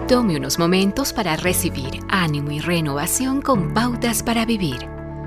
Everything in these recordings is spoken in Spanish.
Tome unos momentos para recibir ánimo y renovación con Pautas para Vivir.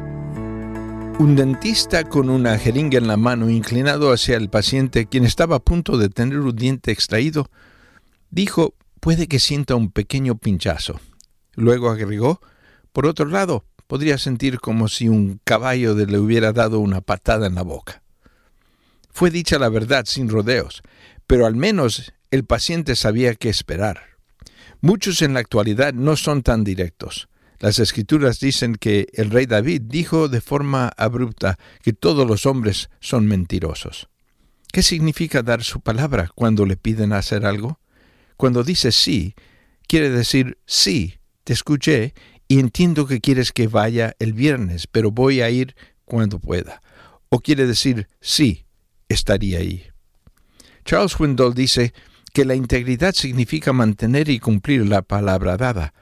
Un dentista con una jeringa en la mano, inclinado hacia el paciente, quien estaba a punto de tener un diente extraído, dijo: puede que sienta un pequeño pinchazo. Luego agregó: por otro lado, podría sentir como si un caballo le hubiera dado una patada en la boca. Fue dicha la verdad sin rodeos, pero al menos el paciente sabía qué esperar. Muchos en la actualidad no son tan directos. Las Escrituras dicen que el rey David dijo de forma abrupta que todos los hombres son mentirosos. ¿Qué significa dar su palabra cuando le piden hacer algo? Cuando dice sí, quiere decir sí, te escuché y entiendo que quieres que vaya el viernes, pero voy a ir cuando pueda. O quiere decir sí, estaría ahí. Charles Swindoll dice que la integridad significa mantener y cumplir la palabra dada.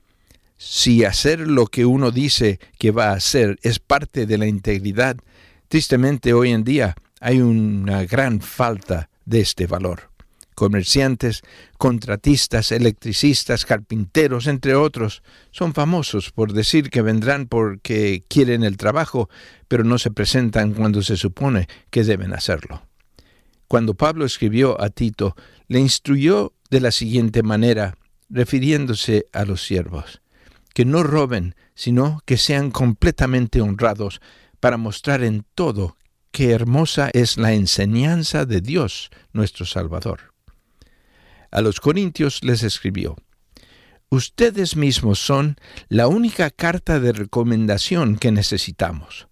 Si hacer lo que uno dice que va a hacer es parte de la integridad, tristemente hoy en día hay una gran falta de este valor. Comerciantes, contratistas, electricistas, carpinteros, entre otros, son famosos por decir que vendrán porque quieren el trabajo, pero no se presentan cuando se supone que deben hacerlo. Cuando Pablo escribió a Tito, le instruyó de la siguiente manera, refiriéndose a los siervos: que no roben, sino que sean completamente honrados, para mostrar en todo qué hermosa es la enseñanza de Dios, nuestro Salvador. A los Corintios les escribió: ustedes mismos son la única carta de recomendación que necesitamos.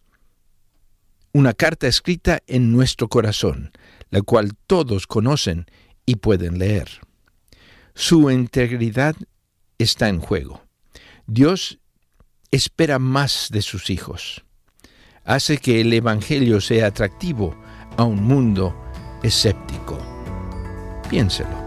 Una carta escrita en nuestro corazón, la cual todos conocen y pueden leer. Su integridad está en juego. Dios espera más de sus hijos. Hace que el Evangelio sea atractivo a un mundo escéptico. Piénselo.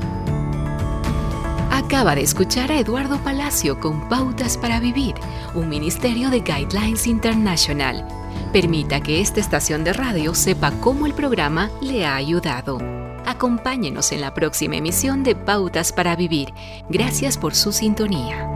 Acaba de escuchar a Eduardo Palacio con Pautas para Vivir, un ministerio de Guidelines International. Permita que esta estación de radio sepa cómo el programa le ha ayudado. Acompáñenos en la próxima emisión de Pautas para Vivir. Gracias por su sintonía.